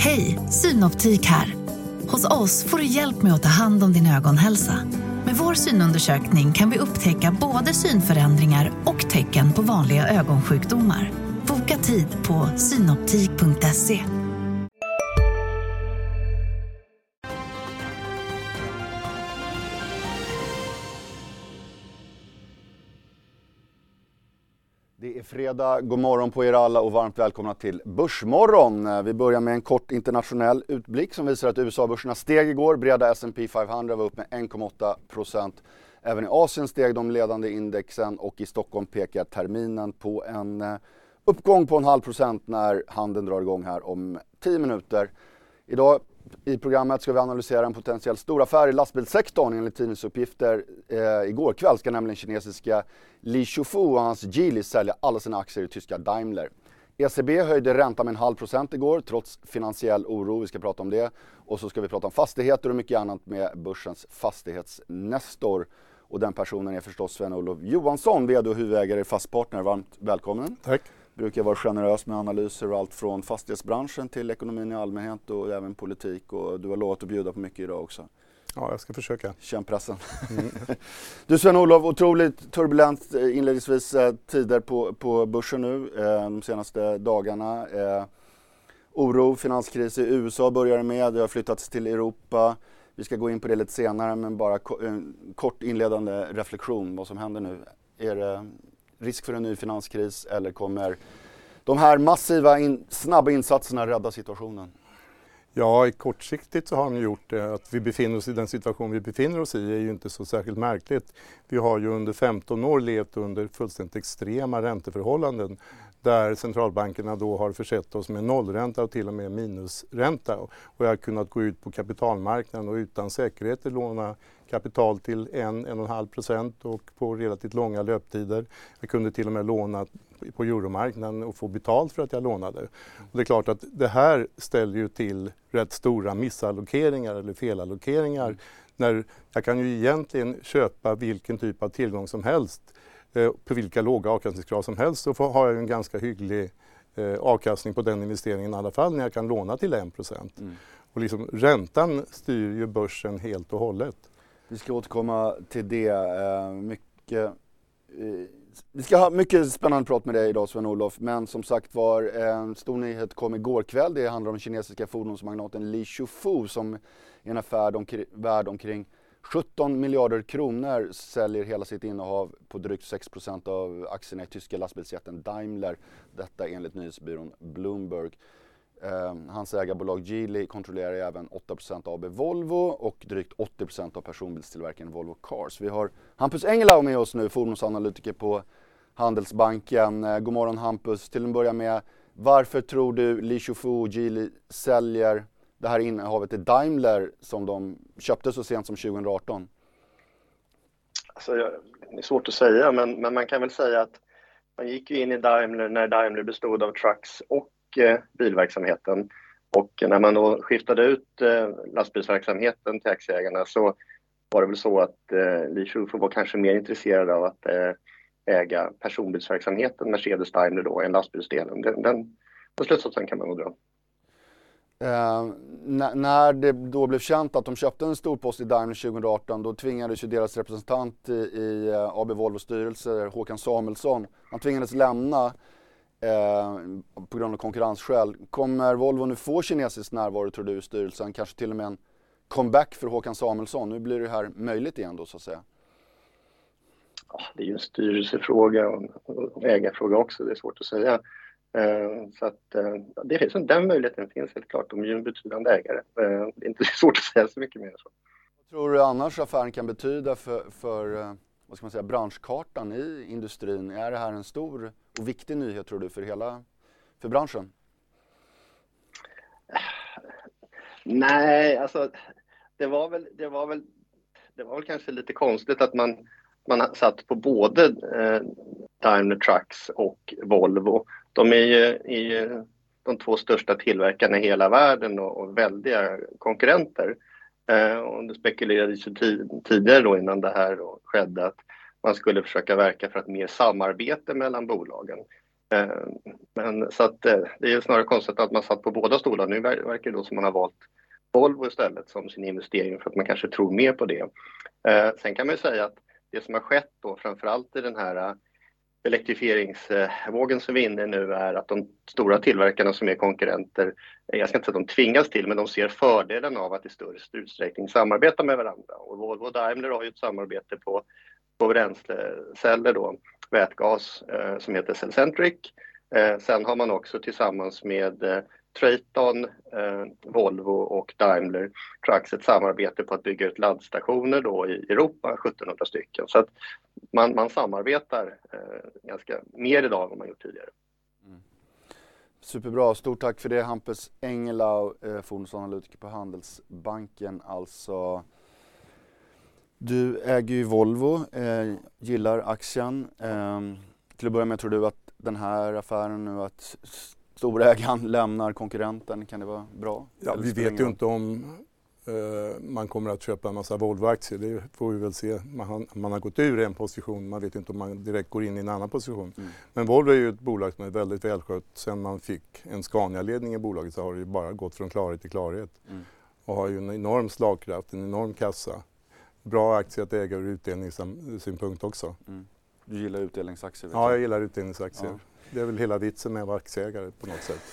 Hej, Synoptik här. Hos oss får du hjälp med att ta hand om din ögonhälsa. Med vår synundersökning kan vi upptäcka både synförändringar och tecken på vanliga ögonsjukdomar. Boka tid på synoptik.se. Det är fredag, god morgon på er alla och varmt välkomna till Börsmorgon. Vi börjar med en kort internationell utblick som visar att USA-börserna steg igår. Breda S&P 500 var upp med 1,8%. Även i Asien steg de ledande indexen och i Stockholm pekar terminen på en uppgång på 0,5% när handeln drar igång här om 10 minuter. Idag i programmet ska vi analysera en potentiell stor affär i lastbilssektorn. Enligt tidningsuppgifter igår kväll ska nämligen kinesiska Li Shufu och hans Geely sälja alla sina aktier i tyska Daimler. ECB höjde räntan med 0,5% igår trots finansiell oro, vi ska prata om det. Och så ska vi prata om fastigheter och mycket annat med börsens fastighetsnestor. Och den personen är förstås Sven-Olof Johansson, vd och huvudägare i Fastpartner. Varmt välkommen. Tack. Brukar vara generös med analyser och allt från fastighetsbranschen till ekonomin i allmänhet och även politik. Och du har lovat att bjuda på mycket idag också. Ja, jag ska försöka. Känn pressen. Du Sven-Olof, otroligt turbulent inledningsvis tider på börsen nu de senaste dagarna. Oro, finanskris i USA börjar med, det har flyttats till Europa. Vi ska gå in på det lite senare, men bara kort inledande reflektion vad som händer nu. Är det risk för en ny finanskris eller kommer de här massiva snabba insatserna rädda situationen? Ja, kortsiktigt så har de gjort det. Att vi befinner oss i den situation vi befinner oss i är ju inte så särskilt märkligt. Vi har ju under 15 år levt under fullständigt extrema ränteförhållanden där centralbankerna då har försett oss med nollränta och till och med minusränta. Och jag har kunnat gå ut på kapitalmarknaden och utan säkerheter låna kapital till 1,5% och på relativt långa löptider. Jag kunde till och med låna på euromarknaden och få betalt för att jag lånade. Och det är klart att det här ställer ju till rätt stora missallokeringar eller felallokeringar. När jag kan ju egentligen köpa vilken typ av tillgång som helst på vilka låga avkastningskrav som helst, så har jag ju en ganska hygglig avkastning på den investeringen i alla fall när jag kan låna till 1%. Och liksom, räntan styr ju börsen helt och hållet. Vi ska återkomma till det. Vi ska ha mycket spännande prat med dig idag Sven-Olof, men som sagt var en stor nyhet kom igår kväll. Det handlar om den kinesiska fordonsmagnaten Li Shufu som i en affär värd omkring 17 miljarder kronor säljer hela sitt innehav på drygt 6% av aktierna i tyska lastbilsjätten Daimler. Detta enligt nyhetsbyrån Bloomberg. Hans ägarbolag Geely kontrollerar även 8% av AB Volvo och drygt 80% av personbilstillverkaren Volvo Cars. Vi har Hampus Engellau med oss nu, fordonsanalytiker på Handelsbanken. God morgon Hampus. Till att börja med, varför tror du Li Shufu och Geely säljer det här innehavet i Daimler som de köpte så sent som 2018? Alltså, det är svårt att säga, men man kan väl säga att man gick ju in i Daimler när Daimler bestod av trucks och bilverksamheten. Och när man då skiftade ut lastbilsverksamheten till aktieägarna så var det väl så att Li Shufu var kanske mer intresserad av att äga personbilsverksamheten Mercedes Daimler då än lastbilsdelen. Den slutsatsen kan man nog dra. När det då blev känt att de köpte en stor post i Daimler 2018, då tvingades ju deras representant i AB Volvo styrelse, Håkan Samuelsson, han tvingades lämna på grund av konkurrensskäl. Kommer Volvo nu få kinesisk närvaro tror du i styrelsen? Kanske till och med en comeback för Håkan Samuelsson. Nu blir det här möjligt igen då så att säga. Ja, det är ju en styrelsefråga och ägarfråga också, det är svårt att säga. Så att det finns den möjligheten finns helt klart. De är ju en betydande ägare. Det är inte svårt att säga så mycket mer så. Vad tror du annars affären kan betyda för vad ska man säga, branschkartan i industrin? Är det här en stor och viktig nyhet tror du för branschen? Nej, alltså det var väl kanske lite konstigt att man satt på både Daimler Trucks och Volvo. De är ju de två största tillverkarna i hela världen och väldiga konkurrenter. Och det spekulerades ju tidigare då innan det här då skedde att man skulle försöka verka för ett mer samarbete mellan bolagen. Men så att det är snarare konstigt att man satt på båda stolarna. Nu verkar det då som man har valt Volvo istället som sin investering för att man kanske tror mer på det. Sen kan man ju säga att det som har skett då framförallt i den här elektrifieringsvågen som vi är inne i nu är att de stora tillverkarna som är konkurrenter, jag ska inte säga att de tvingas till, men de ser fördelen av att i större utsträckning samarbeta med varandra. Och Volvo och Daimler har ju ett samarbete på bränsleceller då, vätgas som heter Cellcentric. Sen har man också tillsammans med Traton, Volvo och Daimler Trucks ett samarbete på att bygga ut laddstationer då i Europa, 1700 stycken. Så att man samarbetar ganska mer idag än vad man gjort tidigare. Mm. Superbra, stort tack för det Hampus Engelau, fordonsanalytiker på Handelsbanken. Alltså, du äger ju Volvo, gillar aktien. Till att börja med, tror du att den här affären nu att storägaren lämnar konkurrenten, kan det vara bra? Ja, vi vet ju inte om man kommer att köpa en massa Volvo-aktier. Det får vi väl se. Man har gått ur en position, man vet inte om man direkt går in i en annan position. Mm. Men Volvo är ju ett bolag som är väldigt välskött. Sen man fick en Scania-ledning i bolaget så har det ju bara gått från klarhet till klarhet. Mm. Och har ju en enorm slagkraft, en enorm kassa. Bra aktie att äga ur utdelningssynpunkt också. Mm. Du gillar utdelningsaktier? Ja, jag gillar utdelningsaktier. Ja. Det är väl hela vitsen med att vara aktieägare på något sätt.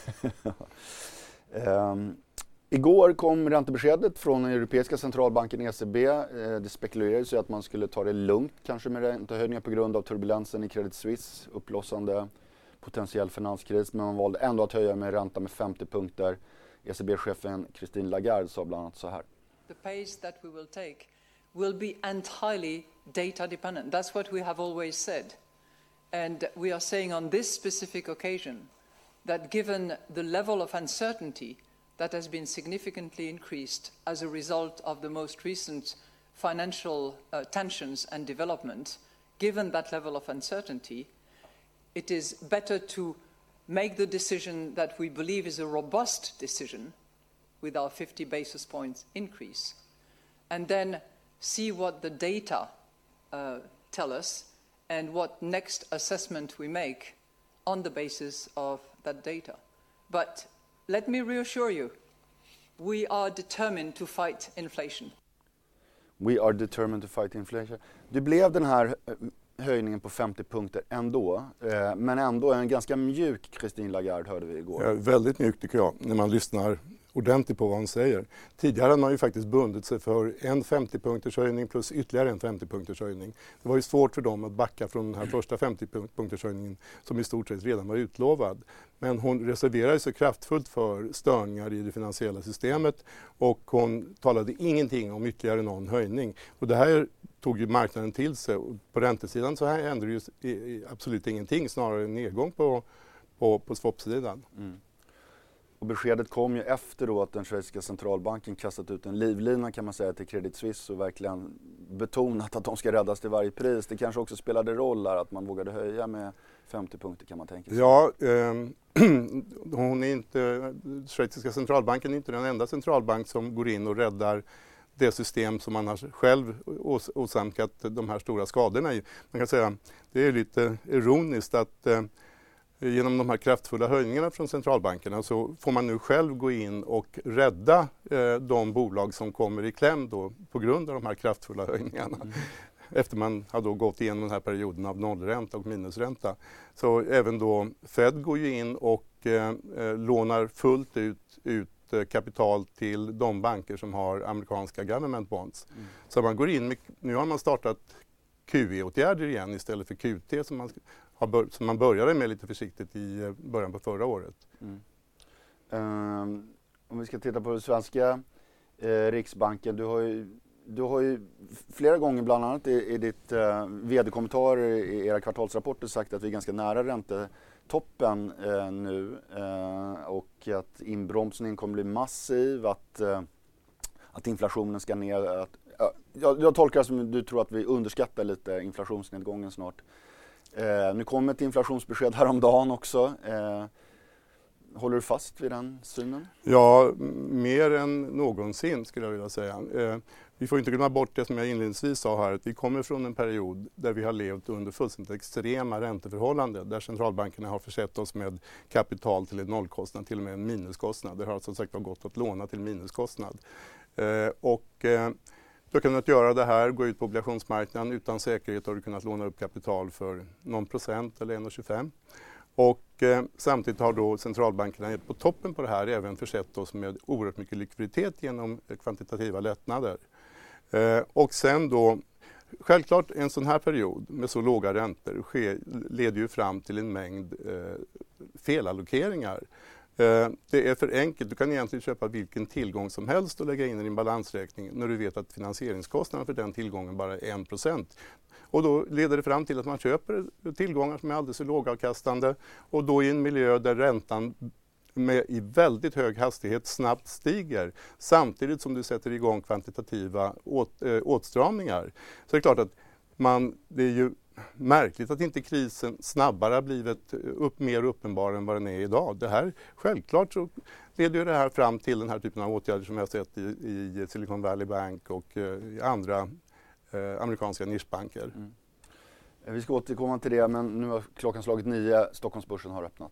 Igår kom räntebeskedet från den europeiska centralbanken ECB. Det spekulerades ju att man skulle ta det lugnt kanske med räntehöjningar på grund av turbulensen i Credit Suisse, uppblossande potentiell finanskris. Men man valde ändå att höja med ränta med 50 punkter. ECB-chefen Christine Lagarde sa bland annat så här. The pace that we will take will be entirely data dependent. That's what we have always said. And we are saying on this specific occasion that given the level of uncertainty that has been significantly increased as a result of the most recent financial tensions and development, given that level of uncertainty, it is better to make the decision that we believe is a robust decision with our 50 basis points increase, and then see what the data tell us and what next assessment we make on the basis of that data. But let me reassure you, we are determined to fight inflation. We are determined to fight inflation. Det blev den här höjningen på 50 punkter ändå, men ändå en ganska mjuk Christine Lagarde hörde vi igår. Ja, väldigt mjuk tycker jag, när man lyssnar ordentligt på vad hon säger. Tidigare har man ju faktiskt bundit sig för en 50-punkters höjning plus ytterligare en 50-punkters höjning. Det var ju svårt för dem att backa från den här första 50-punkters höjningen som i stort sett redan var utlovad. Men hon reserverade sig kraftfullt för störningar i det finansiella systemet och hon talade ingenting om ytterligare någon höjning. Och det här tog ju marknaden till sig. Och på räntesidan så här hände det ju absolut ingenting, snarare en nedgång på swap-sidan. Mm. Och beskedet kom ju efter då att den schweiziska centralbanken kastat ut en livlina kan man säga till Credit Suisse och verkligen betonat att de ska räddas till varje pris. Det kanske också spelade roll där att man vågade höja med 50 punkter kan man tänka sig. Ja, hon är inte, schweiziska centralbanken är inte den enda centralbank som går in och räddar det system som man har själv åsamkat de här stora skadorna i. Man kan säga, det är lite ironiskt att genom de här kraftfulla höjningarna från centralbankerna så får man nu själv gå in och rädda de bolag som kommer i kläm då på grund av de här kraftfulla höjningarna. Mm. Efter man har då gått igenom den här perioden av nollränta och minusränta. Så även då Fed går ju in och lånar fullt ut kapital till de banker som har amerikanska government bonds. Mm. Så man går in, nu har man startat QE-åtgärder igen istället för QT som man började med lite försiktigt i början på förra året. Mm. Om vi ska titta på den svenska Riksbanken, du har ju flera gånger bland annat i ditt vd-kommentarer i era kvartalsrapporter sagt att vi är ganska nära räntetoppen nu och att inbromsningen kommer bli massiv, att inflationen ska ner. Jag tolkar det som du tror att vi underskattar lite inflationsnedgången snart. Nu kom ett inflationsbesked häromdagen också. Håller du fast vid den synen? Ja, mer än någonsin skulle jag vilja säga. Vi får inte glömma bort det som jag inledningsvis sa här, att vi kommer från en period där vi har levt under fullständigt extrema ränteförhållanden, där centralbankerna har försett oss med kapital till en nollkostnad, till och med en minuskostnad. Det har som sagt gått att låna till minuskostnad. Du har kunnat göra det här, gå ut på obligationsmarknaden utan säkerhet, har du kunnat låna upp kapital för någon procent eller 1,25. Och samtidigt har då centralbankerna på toppen på det här även försett oss med oerhört mycket likviditet genom kvantitativa lättnader. Och sen då, självklart en sån här period med så låga räntor leder ju fram till en mängd felallokeringar. Det är för enkelt, du kan egentligen köpa vilken tillgång som helst och lägga in i din balansräkning när du vet att finansieringskostnaden för den tillgången bara är 1%. Och då leder det fram till att man köper tillgångar som är alldeles för lågavkastande och då i en miljö där räntan i väldigt hög hastighet snabbt stiger samtidigt som du sätter igång kvantitativa åtstramningar. Så det är klart att det är ju märkligt att inte krisen snabbare har blivit mer uppenbar än vad den är idag. Det här, självklart så leder ju det här fram till den här typen av åtgärder som vi har sett i Silicon Valley Bank och i andra amerikanska nischbanker. Vi ska återkomma till det, men nu har klockan slagit 9, Stockholmsbörsen har öppnat.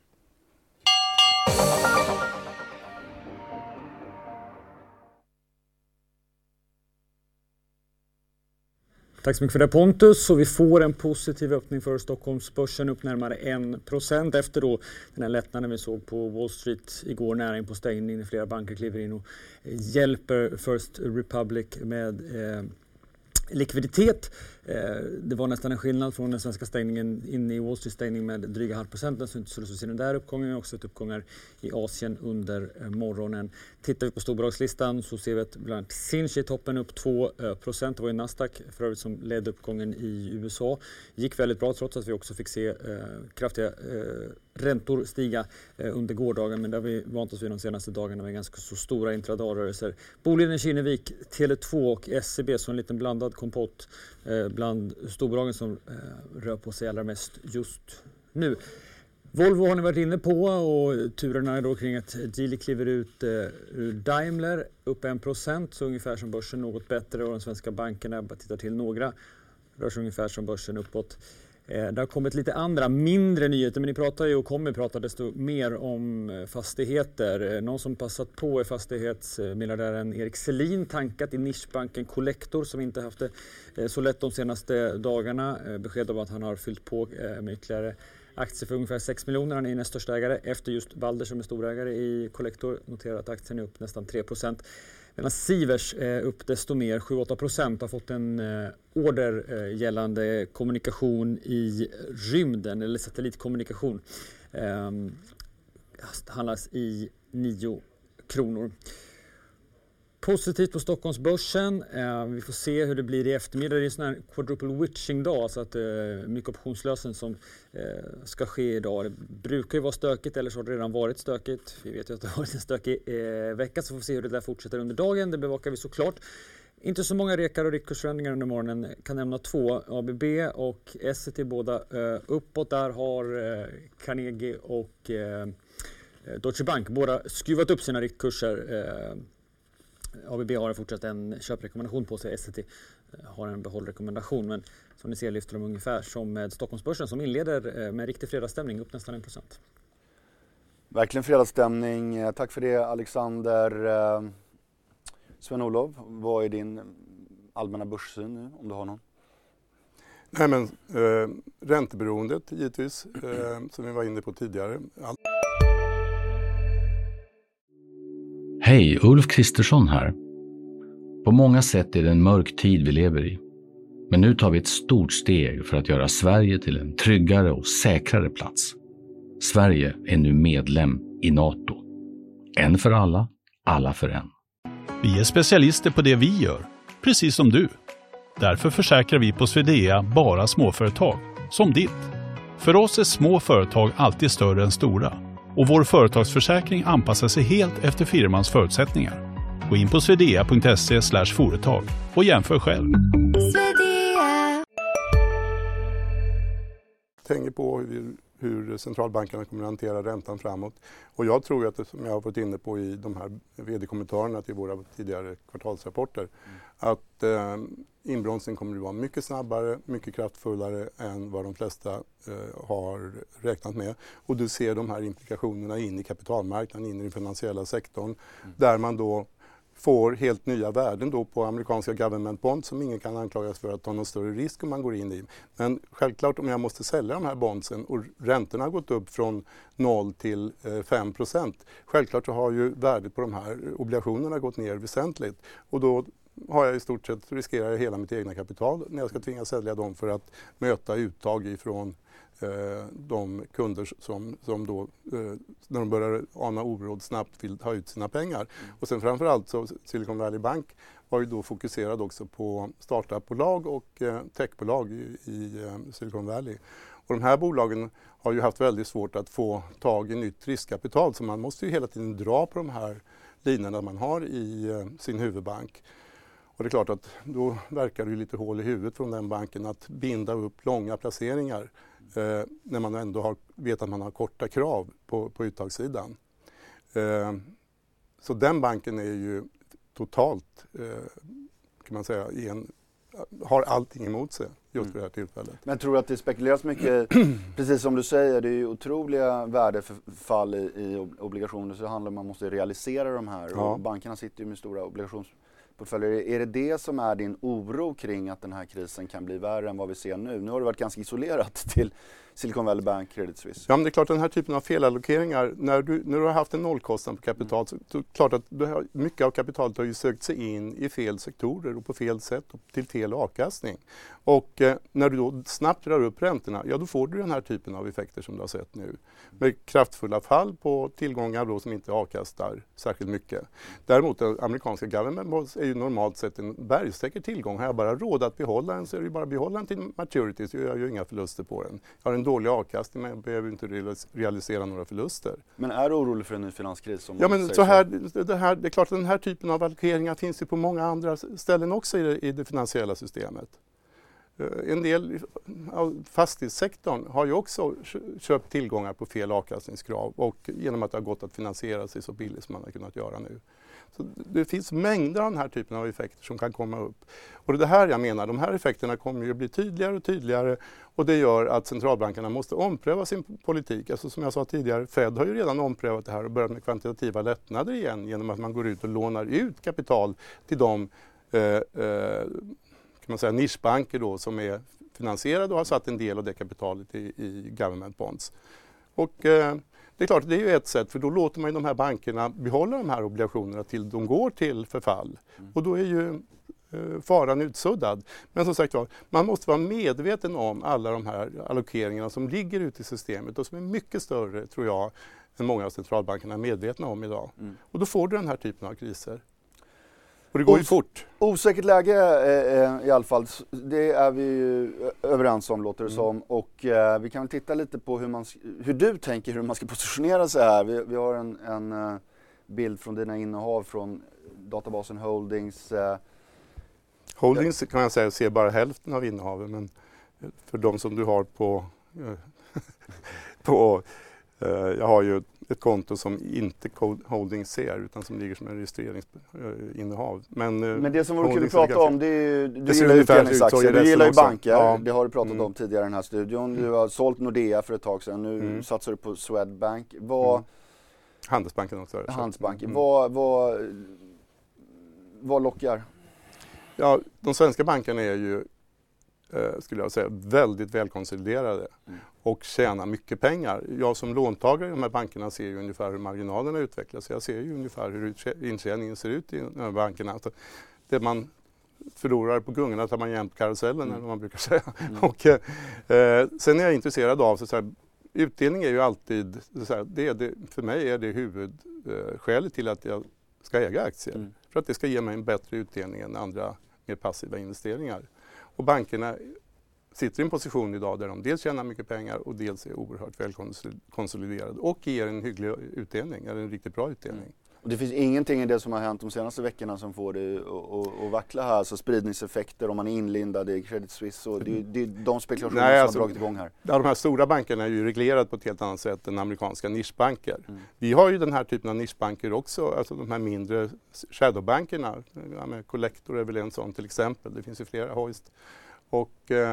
Tack så mycket för det Pontus, och vi får en positiv öppning för Stockholmsbörsen, upp närmare 1% efter då den här lättnaden vi såg på Wall Street igår nära in på stängning när flera banker kliver in och hjälper First Republic med likviditet. Det var nästan en skillnad från den svenska stängningen in i Wall Street-stängning med dryga 0,5%. Så inte så se den där uppgången, också ett uppgångar i Asien under morgonen. Tittar vi på storbolagslistan så ser vi att bland annat Sinch i toppen upp 2%. Det var ju Nasdaq för övrigt som ledde uppgången i USA. Gick väldigt bra trots att vi också fick se kraftiga räntor stiga under gårdagen, men det har vi vant oss vid de senaste dagarna med ganska så stora intradagrörelser. Boliden, Kinnevik, Tele2 och SEB, så en liten blandad kompott bland storbolagen som rör på sig allra mest just nu. Volvo har ni varit inne på, och turerna är då kring att Geely kliver ut ur Daimler upp 1%, så ungefär som börsen, något bättre, och de svenska bankerna, bara tittar till några, rör sig ungefär som börsen uppåt. Det har kommit lite andra mindre nyheter, men ni pratar ju och kommer prata desto mer om fastigheter. Någon som passat på är fastighetsmiljardären Erik Selin, tankat i nischbanken Collector som inte haft det så lätt de senaste dagarna. Besked om att han har fyllt på med ytterligare aktier för ungefär 6 miljoner. Han är näst största ägare efter just Balder som är storägare i Collector. Noterar att aktien är upp nästan 3%. Medan Sivers är upp desto mer, 7-8%, har fått en order gällande kommunikation i rymden, eller satellitkommunikation. Handlas i 9 kronor. Positivt på Stockholmsbörsen. Vi får se hur det blir i eftermiddag. Det är en sån här quadruple witching-dag, så att mycket optionslösen som ska ske idag. Det brukar ju vara stökigt, eller så har det redan varit stökigt. Vi vet ju att det har varit en stökig vecka, så får vi se hur det där fortsätter under dagen. Det bevakar vi såklart. Inte så många rekar och riktkursförändringar under morgonen. Kan nämna 2. ABB och Essity, båda uppåt. Där har Carnegie och Deutsche Bank båda skruvat upp sina riktkurser. ABB har fortsatt en köprekommendation på sig, Essity har en behållrekommendation, men som ni ser lyfter de ungefär som med Stockholmsbörsen som inleder med riktig fredagsstämning upp nästan 1%. Verkligen fredagsstämning. Tack för det Alexander. Sven-Olof, vad är din allmänna börssyn nu, om du har någon? Nej, men ränteberoendet givetvis, som vi var inne på tidigare. Hej, Ulf Kristersson här. På många sätt är det en mörk tid vi lever i. Men nu tar vi ett stort steg för att göra Sverige till en tryggare och säkrare plats. Sverige är nu medlem i NATO. En för alla, alla för en. Vi är specialister på det vi gör, precis som du. Därför försäkrar vi på Swedea bara småföretag, som ditt. För oss är små företag alltid större än stora. Och vår företagsförsäkring anpassar sig helt efter firmans förutsättningar. Gå in på swedea.se/företag och jämför själv. Tänker på hur vi hur centralbankerna kommer att hantera räntan framåt. Och jag tror att, som jag har varit inne på i de här vd-kommentarerna till våra tidigare kvartalsrapporter, att inbromsningen kommer att vara mycket snabbare, mycket kraftfullare än vad de flesta har räknat med. Och du ser de här implikationerna in i kapitalmarknaden, in i den finansiella sektorn, där man då får helt nya värden då på amerikanska government bonds som ingen kan anklagas för att ta någon större risk om man går in i. Men självklart om jag måste sälja de här bondsen och räntorna har gått upp från 0 till 5%, självklart så har ju värdet på de här obligationerna gått ner väsentligt. Och då har jag i stort sett riskerar jag hela mitt egna kapital när jag ska tvingas sälja dem för att möta uttag ifrån de kunder som då när de börjar ana oråd snabbt vill ha ut sina pengar. Och sen framförallt så Silicon Valley Bank var ju då fokuserad också på startupbolag och techbolag i Silicon Valley. Och de här bolagen har ju haft väldigt svårt att få tag i nytt riskkapital, så man måste ju hela tiden dra på de här linorna man har i sin huvudbank. Och det är klart att då verkar det ju lite hål i huvudet från den banken att binda upp långa placeringar när man ändå vet att man har korta krav på uttagssidan. Så den banken är ju totalt, kan man säga, har allting emot sig just för det här tillfället. Men tror du att det spekuleras mycket, precis som du säger, det är ju otroliga värdefall i obligationer, så det handlar om att man måste realisera de här. Ja. Och bankerna sitter ju med stora obligationsportföljer. Är det som är din oro kring att den här krisen kan bli värre än vad vi ser nu? Nu har det varit ganska isolerat till Silicon Valley Bank, Credit Suisse. Ja, men det är klart att den här typen av felallokeringar, när du har haft en nollkostnad på kapital, så är det klart att mycket av kapitalet har ju sökt sig in i fel sektorer och på fel sätt och till fel avkastning. Och när du då snabbt drar upp räntorna, ja då får du den här typen av effekter som du har sett nu. Med kraftfulla fall på tillgångar då som inte avkastar särskilt mycket. Däremot amerikanska government bonds är ju normalt sett en bergsäker tillgång. Har jag bara råd att behålla den så är det bara att behålla den till maturity, så jag gör ju inga förluster på den. Jag har en dålig avkastning men jag behöver inte realisera några förluster. Men är du orolig för en ny finanskris? Ja, men det är klart att den här typen av allokeringar finns ju på många andra ställen också i det finansiella systemet. En del av fastighetssektorn har ju också köpt tillgångar på fel avkastningskrav och genom att det har gått att finansiera sig så billigt som man har kunnat göra nu. Så det finns mängder av den här typen av effekter som kan komma upp. Och det är det här jag menar, de här effekterna kommer ju bli tydligare och tydligare, och det gör att centralbankerna måste ompröva sin politik. Alltså som jag sa tidigare, Fed har ju redan omprövat det här och börjat med kvantitativa lättnader igen genom att man går ut och lånar ut kapital till de kan man säga nischbanker då som är finansierade och har satt en del av det kapitalet i government bonds. Och det är klart, det är ju ett sätt, för då låter man ju de här bankerna behålla de här obligationerna till de går till förfall. Och då är ju faran utsuddad. Men som sagt var, man måste vara medveten om alla de här allokeringarna som ligger ute i systemet och som är mycket större, tror jag, än många av centralbankerna är medvetna om idag. Och då får du den här typen av kriser. Och det går ju fort. Osäkert läge i alla fall, det är vi ju överens om, låter det som. Och vi kan väl titta lite på hur du tänker hur man ska positionera sig här. Vi har en bild från dina innehav från databasen Holdings. Holdings kan jag säga ser bara hälften av innehaven, men för de som du har på jag har ju ett konto som inte Holdings ser utan som ligger som en registreringsinnehav. Men det som vore kul att prata om, det är ju, du gillar ju utdelningsaktier, du gillar ju banker, ja. Det har du pratat om tidigare i den här studion. Du har sålt Nordea för ett tag sedan, nu satsar du på Swedbank. Handelsbanken också. Handelsbanken. Vad lockar? Ja, de svenska bankerna är ju skulle jag säga väldigt välkonsoliderade och tjänar mycket pengar. Jag som låntagare i de här bankerna ser ju ungefär hur marginalerna utvecklas. Jag ser ju ungefär hur intjäningen ser ut i de här bankerna. Alltså, det man förlorar på gungorna tar man jämt karusellen, eller vad man brukar säga. Och, sen är jag intresserad av så här, utdelning är ju alltid så här, för mig är det huvudskälet till att jag ska äga aktier. För att det ska ge mig en bättre utdelning än andra mer passiva investeringar. Och bankerna sitter i en position idag där de dels tjänar mycket pengar och dels är oerhört välkonsoliderade och ger en hygglig utdelning, eller en riktigt bra utdelning. Och det finns ingenting i det som har hänt de senaste veckorna som får det att vackla här, alltså spridningseffekter om man är inlindad i Credit Suisse och det är de spekulationerna som har dragit igång här. Ja, de här stora bankerna är ju reglerade på ett helt annat sätt än amerikanska nischbanker. Vi har ju den här typen av nischbanker också, alltså de här mindre shadowbankerna, Collector är väl en sån till exempel, det finns ju flera, Hoist. Och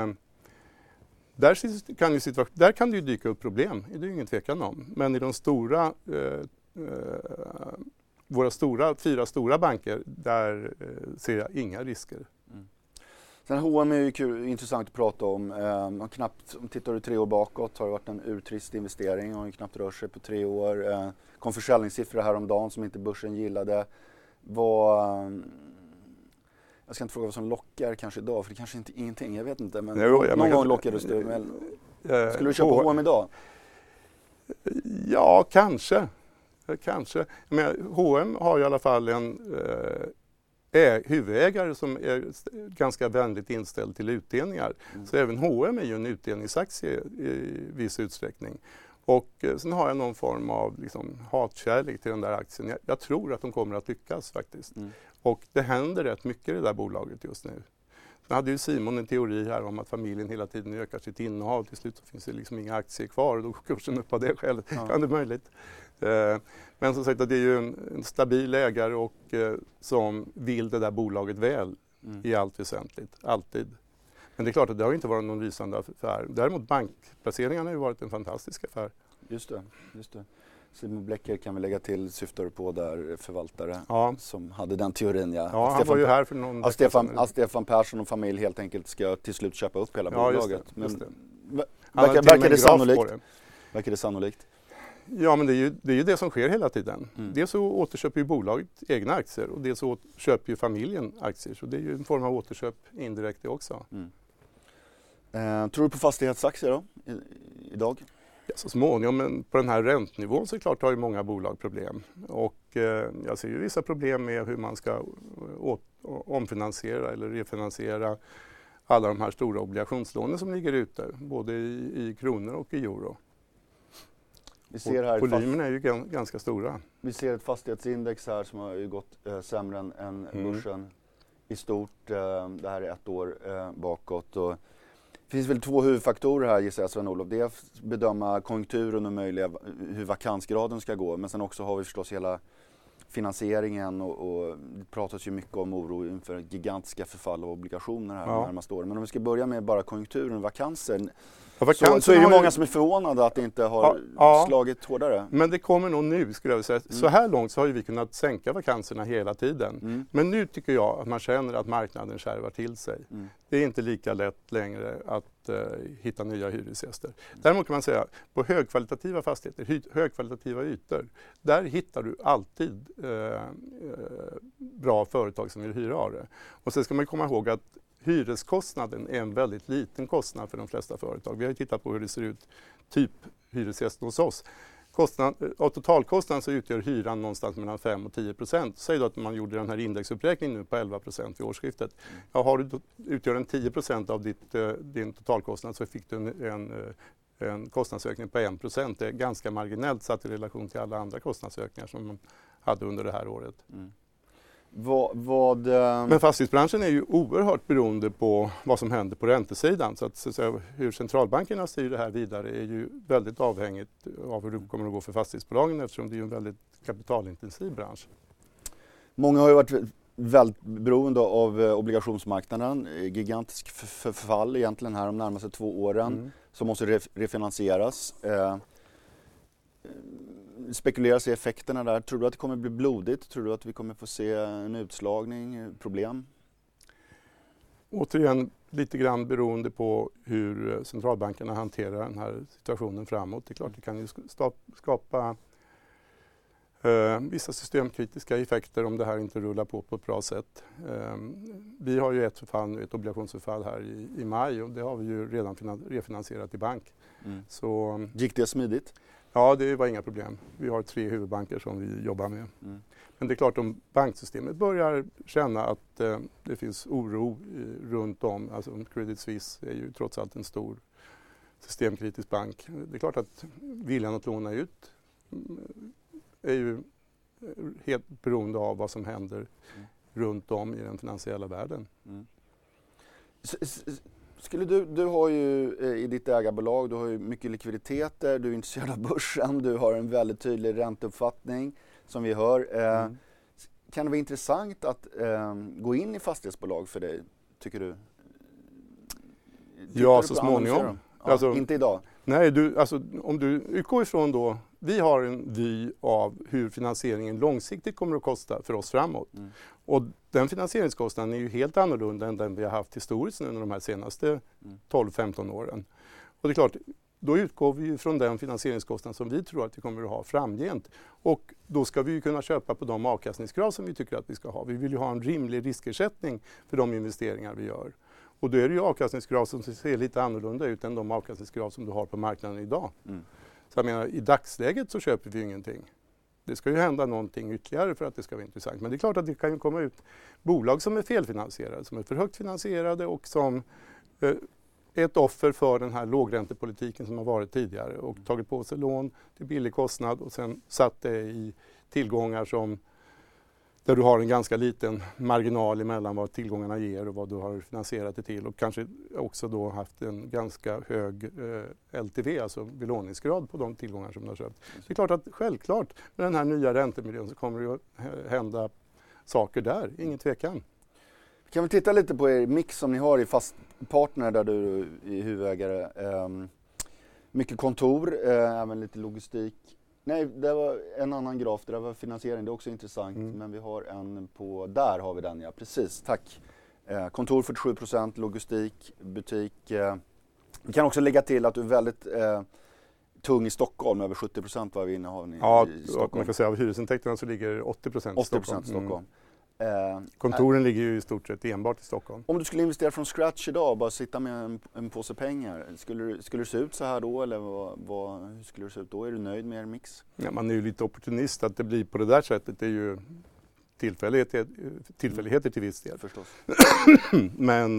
där kan det ju dyka upp problem, det är ju ingen tvekan om. Men i de stora, våra 4 stora banker, där ser jag inga risker. Sen H&M är ju kul, intressant att prata om. Om tittar du 3 år bakåt har det varit en urtrist investering, har ju knappt rört sig på 3 år. Kom försäljningssiffror häromdagen som inte börsen gillade. Jag ska inte fråga vad som lockar kanske idag, för det kanske inte är ingenting, jag vet inte. Men någon gång lockades du. Skulle du köpa H&M idag? Ja, kanske. Men H&M har i alla fall en huvudägare som är ganska vänligt inställd till utdelningar. Så även H&M är ju en utdelningsaktie i viss utsträckning. Och sen har jag någon form av hatkärlek till den där aktien. Jag tror att de kommer att lyckas faktiskt. Och det händer rätt mycket i det där bolaget just nu. Sen hade ju Simon en teori här om att familjen hela tiden ökar sitt innehav. Till slut så finns det inga aktier kvar och då går kursen upp av det skälet. Ja. Kan det möjligt. Men som sagt, det är ju en stabil ägare och som vill det där bolaget väl i allt väsentligt. Alltid. Men det är klart att det har inte varit någon lysande affär. Däremot bankplaceringarna har ju varit en fantastisk affär. Just det. Simon Blecker kan vi lägga till, syftar på där förvaltare som hade den teorin. Ja, han var ju här för någon att Stefan Persson och familj helt enkelt ska till slut köpa upp hela bolaget. Just det. Verkar det sannolikt? Ja, men det är ju det som sker hela tiden. Dels så återköper ju bolaget egna aktier och dels så köper ju familjen aktier. Så det är ju en form av återköp indirekt det också. Tror du på fastighetsaktier då idag? Ja, så småningom, men på den här räntenivån så klart har ju många bolag problem. Och jag ser ju vissa problem med hur man ska omfinansiera eller refinansiera alla de här stora obligationslånen som ligger ute, både i kronor och i euro. Vi ser här volymerna är ju ganska stora. Vi ser ett fastighetsindex här som har ju gått sämre än börsen i stort. Det här är 1 år bakåt. Och det finns väl 2 huvudfaktorer här, gissar jag, Sven-Olof. Det är att bedöma konjunkturen och hur vakansgraden ska gå. Men sen också har vi förstås hela finansieringen och det pratas ju mycket om oro inför gigantiska förfall av obligationer här de närmaste åren. Men om vi ska börja med bara konjunkturen och vakansen. Så är det många som är förvånade att det inte har slagit hårdare. Men det kommer nog nu, skulle jag vilja säga. Så här långt så har ju vi kunnat sänka vakanserna hela tiden. Men nu tycker jag att man känner att marknaden skärvar till sig. Det är inte lika lätt längre att hitta nya hyresgäster. Däremot kan man säga på högkvalitativa fastigheter, högkvalitativa ytor, där hittar du alltid bra företag som vill hyra av det. Och sen ska man komma ihåg att hyreskostnaden är en väldigt liten kostnad för de flesta företag. Vi har ju tittat på hur det ser ut, typ hyresgästen hos oss. Av totalkostnaden så utgör hyran någonstans mellan 5 och 10%. Säg då att man gjorde den här indexuppräkningen nu på 11% vid årsskiftet. Utgör den 10% av din totalkostnad så fick du en kostnadsökning på 1%. Det är ganska marginellt satt i relation till alla andra kostnadsökningar som man hade under det här året. Men fastighetsbranschen är ju oerhört beroende på vad som händer på räntesidan. Så att hur centralbankerna styr det här vidare är ju väldigt avhängigt av hur det kommer att gå för fastighetsbolagen, eftersom det är en väldigt kapitalintensiv bransch. Många har ju varit väldigt beroende av obligationsmarknaden. Gigantisk förfall egentligen här de närmaste 2 åren som måste refinansieras. Spekuleras i effekterna där. Tror du att det kommer bli blodigt? Tror du att vi kommer få se en utslagning, problem? Återigen lite grann beroende på hur centralbankerna hanterar den här situationen framåt. Det är klart det kan ju skapa vissa systemkritiska effekter om det här inte rullar på ett bra sätt. Vi har ju ett obligationsförfall här i maj och det har vi ju redan refinansierat i bank. Så, gick det smidigt? Ja, det var inga problem. Vi har 3 huvudbanker som vi jobbar med. Men det är klart om banksystemet börjar känna att det finns oro runt om. Alltså Credit Suisse är ju trots allt en stor systemkritisk bank. Det är klart att viljan att låna ut är ju helt beroende av vad som händer runt om i den finansiella världen. Skulle du har ju i ditt ägarbolag, du har ju mycket likviditeter, du är intresserad av börsen, du har en väldigt tydlig ränteuppfattning som vi hör. Kan det vara intressant att gå in i fastighetsbolag för dig, tycker du? Ja, så småningom. Ja, alltså, inte idag? Nej, om du utgår ifrån då, vi har en vy av hur finansieringen långsiktigt kommer att kosta för oss framåt. Och den finansieringskostnaden är ju helt annorlunda än den vi har haft historiskt under de här senaste 12-15 åren. Och det är klart, då utgår vi ju från den finansieringskostnad som vi tror att vi kommer att ha framgent. Och då ska vi ju kunna köpa på de avkastningskrav som vi tycker att vi ska ha. Vi vill ju ha en rimlig riskersättning för de investeringar vi gör. Och då är det ju avkastningskrav som ser lite annorlunda ut än de avkastningskrav som du har på marknaden idag. Så jag menar, i dagsläget så köper vi ingenting. Det ska ju hända någonting ytterligare för att det ska vara intressant. Men det är klart att det kan ju komma ut bolag som är felfinansierade, som är för högt finansierade och som är ett offer för den här lågräntepolitiken som har varit tidigare och tagit på sig lån till billig kostnad och sen satt det i tillgångar som där du har en ganska liten marginal emellan vad tillgångarna ger och vad du har finansierat det till och kanske också då haft en ganska hög LTV, alltså belåningsgrad på de tillgångar som du har köpt. Så det är klart att självklart med den här nya räntemiljön så kommer det att hända saker där, ingen tvekan. Kan vi titta lite på er mix som ni har i fast partner där du är huvudägare. Mycket kontor, även lite logistik. Nej, det var en annan graf, det var finansiering, det är också intressant. Men vi har en på, där har vi den, ja precis, tack. Kontor 47%, logistik, butik. Vi kan också lägga till att du är väldigt tung i Stockholm, över 70% var vi innehav i Stockholm. Man kan säga av hyresintäkterna så ligger 80% i Stockholm. Stockholm. Kontoren ligger ju i stort sett enbart i Stockholm. Om du skulle investera från scratch idag och bara sitta med en påse pengar, skulle det se ut så här då eller hur skulle det se ut då? Är du nöjd med er mix? Ja, man är ju lite opportunist att det blir på det där sättet. Det är ju tillfälligheter till viss del. Förstås. Men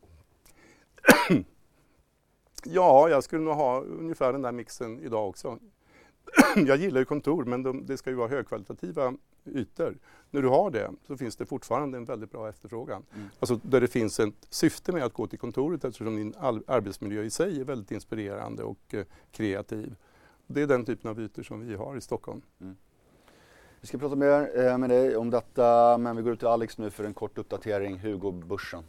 ja, jag skulle nog ha ungefär den där mixen idag också. Jag gillar ju kontor, men det ska ju vara högkvalitativa ytor. När du har det så finns det fortfarande en väldigt bra efterfrågan. Alltså där det finns ett syfte med att gå till kontoret eftersom din arbetsmiljö i sig är väldigt inspirerande och kreativ. Det är den typen av ytor som vi har i Stockholm. Vi ska prata mer med dig om detta, men vi går ut till Alex nu för en kort uppdatering. Hugo-börsen.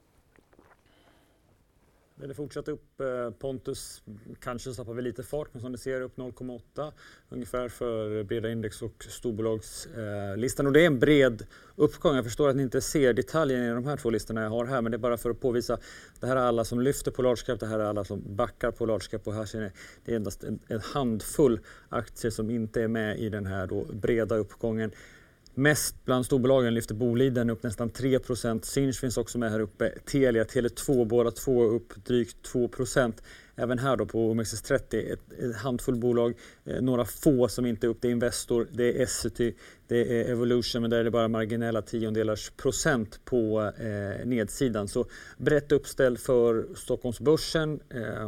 Det fortsatt upp, Pontus kanske tappar vi lite fart, men som ni ser upp 0,8 ungefär för breda index och storbolagslistan. Och det är en bred uppgång. Jag förstår att ni inte ser detaljen i de här två listorna jag har här, men det är bara för att påvisa. Det här är alla som lyfter på large cap, det här är alla som backar på large cap och här ser ni det är endast en handfull aktier som inte är med i den här då breda uppgången. Mest bland storbolagen lyfter Boliden upp nästan 3%. Sinch finns också med här uppe. Telia, Tele2, båda två upp drygt 2%. Även här då på OMXS30 ett handfull bolag. Några få som inte är upp. Det är Investor, det är Essity, det är Evolution, men där är det bara marginella 10% på nedsidan. Så brett uppställ för Stockholmsbörsen.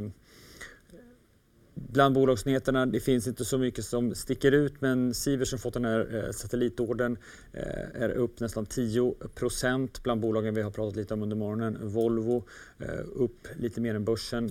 Bland bolagsnyheterna, det finns inte så mycket som sticker ut, men Sivers som fått den här satellitorden är upp nästan 10%. Bland bolagen vi har pratat lite om under morgonen. Volvo upp lite mer än börsen,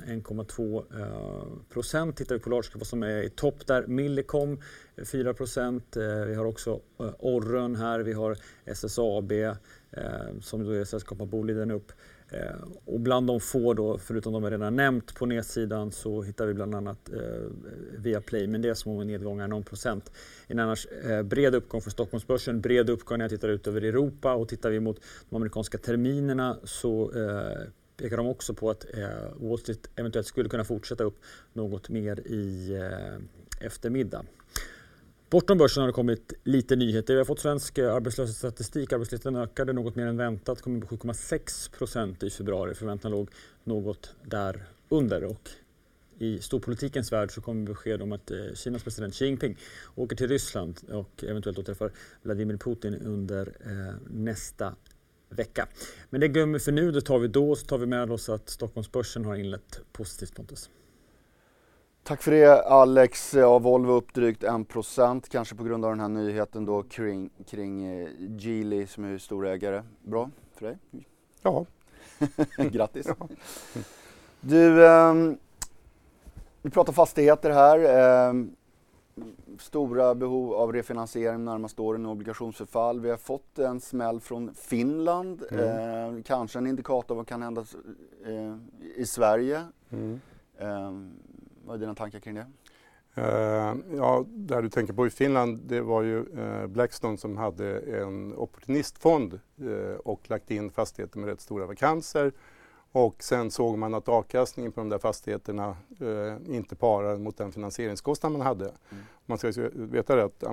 1,2%. Tittar vi på large cap som är i topp där, Millicom 4%. Vi har också Orrön här, vi har SSAB som då är sällskap av Boliden upp. Och bland de få då, förutom de vi redan nämnt på nedsidan, så hittar vi bland annat Viaplay, men det är små nedgångar, någon procent. En annars bred uppgång för Stockholmsbörsen, bred uppgång när jag tittar ut över Europa, och tittar vi mot de amerikanska terminerna så pekar de också på att Wall Street eventuellt skulle kunna fortsätta upp något mer i eftermiddag. Bortom börsen har det kommit lite nyheter. Vi har fått svensk arbetslöshetsstatistik. Arbetslösheten ökade något mer än väntat. Kommer på 7,6% i februari. Förväntan låg något där under. Och i storpolitikens värld så kommer besked om att Kinas president Xi Jinping åker till Ryssland och eventuellt återträffar Vladimir Putin under nästa vecka. Men det glömmer för nu. Det tar vi då. Så tar vi med oss att Stockholmsbörsen har inlett positivt, Pontus. Tack för det Alex. Ja, Volvo upp drygt 1%, kanske på grund av den här nyheten då kring Geely som är storägare. Bra för dig? Ja. Grattis. Ja. Du, vi pratar fastigheter här. Stora behov av refinansiering närmaste åren och obligationsförfall. Vi har fått en smäll från Finland. Kanske en indikator av vad kan hända i Sverige. Vad är dina tankar kring det? Ja, det du tänker på i Finland, det var ju Blackstone som hade en opportunistfond och lagt in fastigheter med rätt stora vakanser. Och sen såg man att avkastningen på de där fastigheterna inte parar mot den finansieringskostnad man hade. Man ska veta det att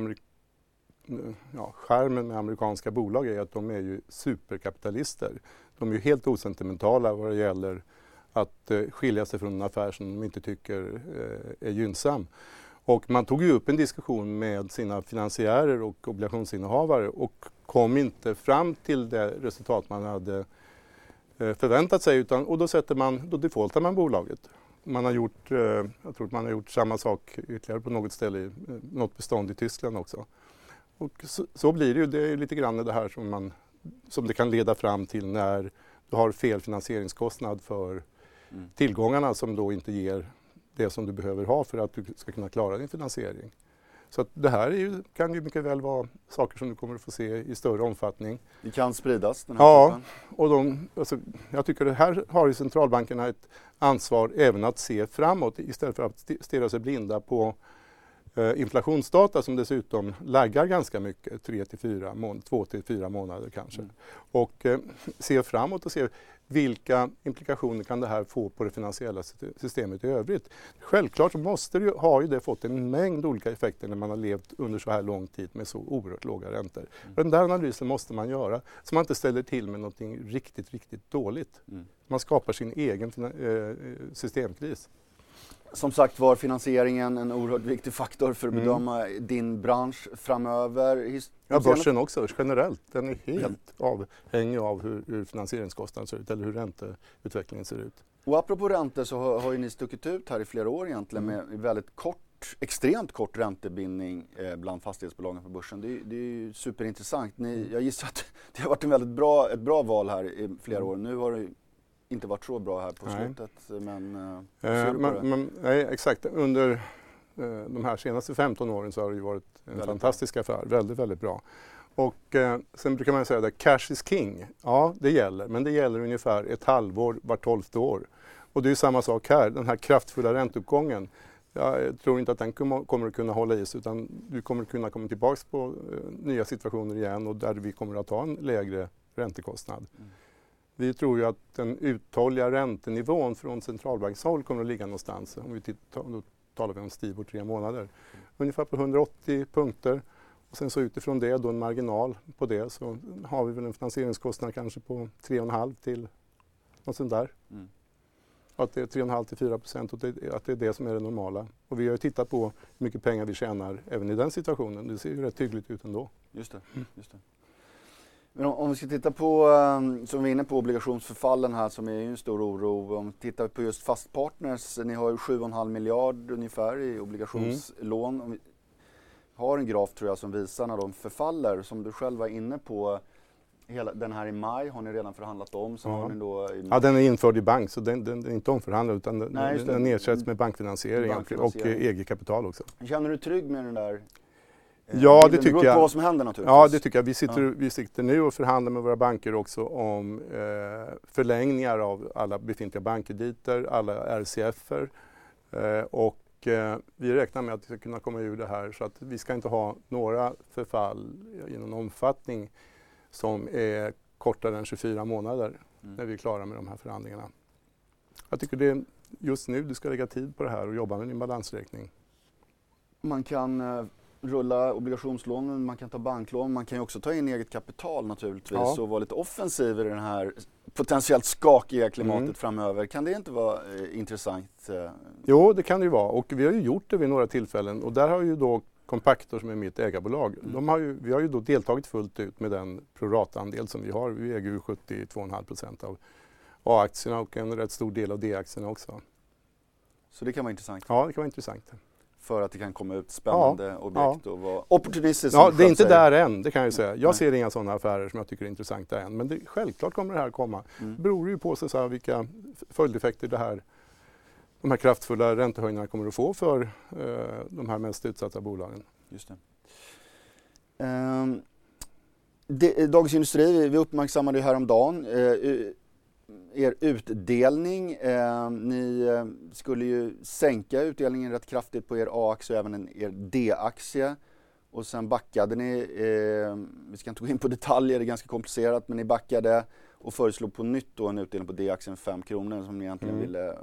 skärmen med amerikanska bolag är att de är ju superkapitalister. De är ju helt osentimentala vad det gäller att skilja sig från en affär som de inte tycker är gynnsam. Och man tog ju upp en diskussion med sina finansiärer och obligationsinnehavare och kom inte fram till det resultat man hade förväntat sig, och då defaultar man bolaget. Man har gjort, jag tror att man har gjort samma sak ytterligare på något ställe i något bestånd i Tyskland också. Och så blir det ju, det är lite grann det här som det kan leda fram till när du har fel finansieringskostnad för tillgångarna som då inte ger det som du behöver ha för att du ska kunna klara din finansiering. Så att det här kan ju mycket väl vara saker som du kommer att få se i större omfattning. Det kan spridas den här typen. Och jag tycker det här har ju centralbankerna ett ansvar även att se framåt istället för att stirra sig blinda på inflationsdata som dessutom laggar ganska mycket, 2 till 4 månader kanske. Och se framåt och se vilka implikationer kan det här få på det finansiella systemet i övrigt. Självklart så har ju det fått en mängd olika effekter när man har levt under så här lång tid med så oerhört låga räntor. Den där analysen måste man göra så man inte ställer till med något riktigt, riktigt dåligt. Man skapar sin egen systemkris. Som sagt var finansieringen en oerhört viktig faktor för att bedöma din bransch framöver. Ja, börsen också generellt. Den är helt avhängig av hur finansieringskostnaden ser ut eller hur ränteutvecklingen ser ut. Och apropå räntor så har ju ni stuckit ut här i flera år egentligen med väldigt extremt kort räntebindning bland fastighetsbolagen på börsen. Det är ju superintressant. Jag gissar att det har varit ett bra val här i flera år. Nu har det inte varit så bra här på slutet, men nej, exakt. Under de här senaste 15 åren så har det ju varit en fantastisk affär, väldigt, väldigt bra. Och sen brukar man säga att cash is king. Ja, det gäller, men det gäller ungefär ett halvår var 12:e år. Och det är ju samma sak här, den här kraftfulla ränteuppgången. Jag tror inte att den kommer att kunna hålla i sig, utan du kommer att kunna komma tillbaka på nya situationer igen och där vi kommer att ha en lägre räntekostnad. Vi tror ju att den uthålliga räntenivån från centralbankshåll kommer att ligga någonstans, om då talar vi om Stibor 3 månader, ungefär på 180 punkter. Och sen så utifrån det, då en marginal på det, så har vi väl en finansieringskostnad kanske på 3,5 till något sånt där. Att det är 3,5 till 4% och att det är det som är det normala. Och vi har ju tittat på hur mycket pengar vi tjänar även i den situationen. Det ser ju rätt hyggligt ut ändå. Just det. Men om vi ska titta på, som vi är inne på, obligationsförfallen här som är ju en stor oro. Om vi tittar på just Fastpartners, ni har ju 7,5 miljard ungefär i obligationslån. Vi har en graf tror jag som visar när de förfaller, som du själv var inne på. Den här i maj har ni redan förhandlat om. Så har ni då den är införd i bank så den är inte omförhandlad utan den ersätts med bankfinansiering och eget kapital också. Känner du trygg med den där? Ja, det tycker jag. Det beror på vad som händer naturligtvis. Ja, det tycker jag. Vi sitter nu och förhandlar med våra banker också om förlängningar av alla befintliga bankkrediter, alla RCF:er och vi räknar med att vi ska kunna komma ur det här så att vi ska inte ha några förfall i någon omfattning som är kortare än 24 månader när vi är klara med de här förhandlingarna. Jag tycker det är just nu du ska lägga tid på det här och jobba med din balansräkning. Man kan rulla obligationslånen, man kan ta banklån, man kan ju också ta in eget kapital naturligtvis och vara lite offensiv i den här potentiellt skakiga klimatet framöver. Kan det inte vara intressant? Jo, det kan det ju vara och vi har ju gjort det vid några tillfällen och där har ju då Compactor som är mitt ägarbolag, vi har ju då deltagit fullt ut med den prorataandel som vi har. Vi äger ju 72,5% av A-aktierna och en rätt stor del av D-aktierna också. Så det kan vara intressant? Ja, det kan vara intressant. För att det kan komma ut spännande objekt och vara opportunistiskt. Ja, det är inte där än, det kan jag säga. Jag ser inga sådana affärer som jag tycker är intressanta än. Men självklart kommer det här komma. Det beror ju på så här, vilka följdeffekter de här kraftfulla räntehöjningarna kommer att få för de här mest utsatta bolagen. Just det. Dagens Industri, vi uppmärksammade ju häromdagen er utdelning. Ni skulle ju sänka utdelningen rätt kraftigt på er A-aktie och även er D-aktie. Och sen backade ni, vi ska inte gå in på detaljer, det är ganska komplicerat, men ni backade och föreslog på nytt då en utdelning på D-aktien 5 kronor som ni egentligen ville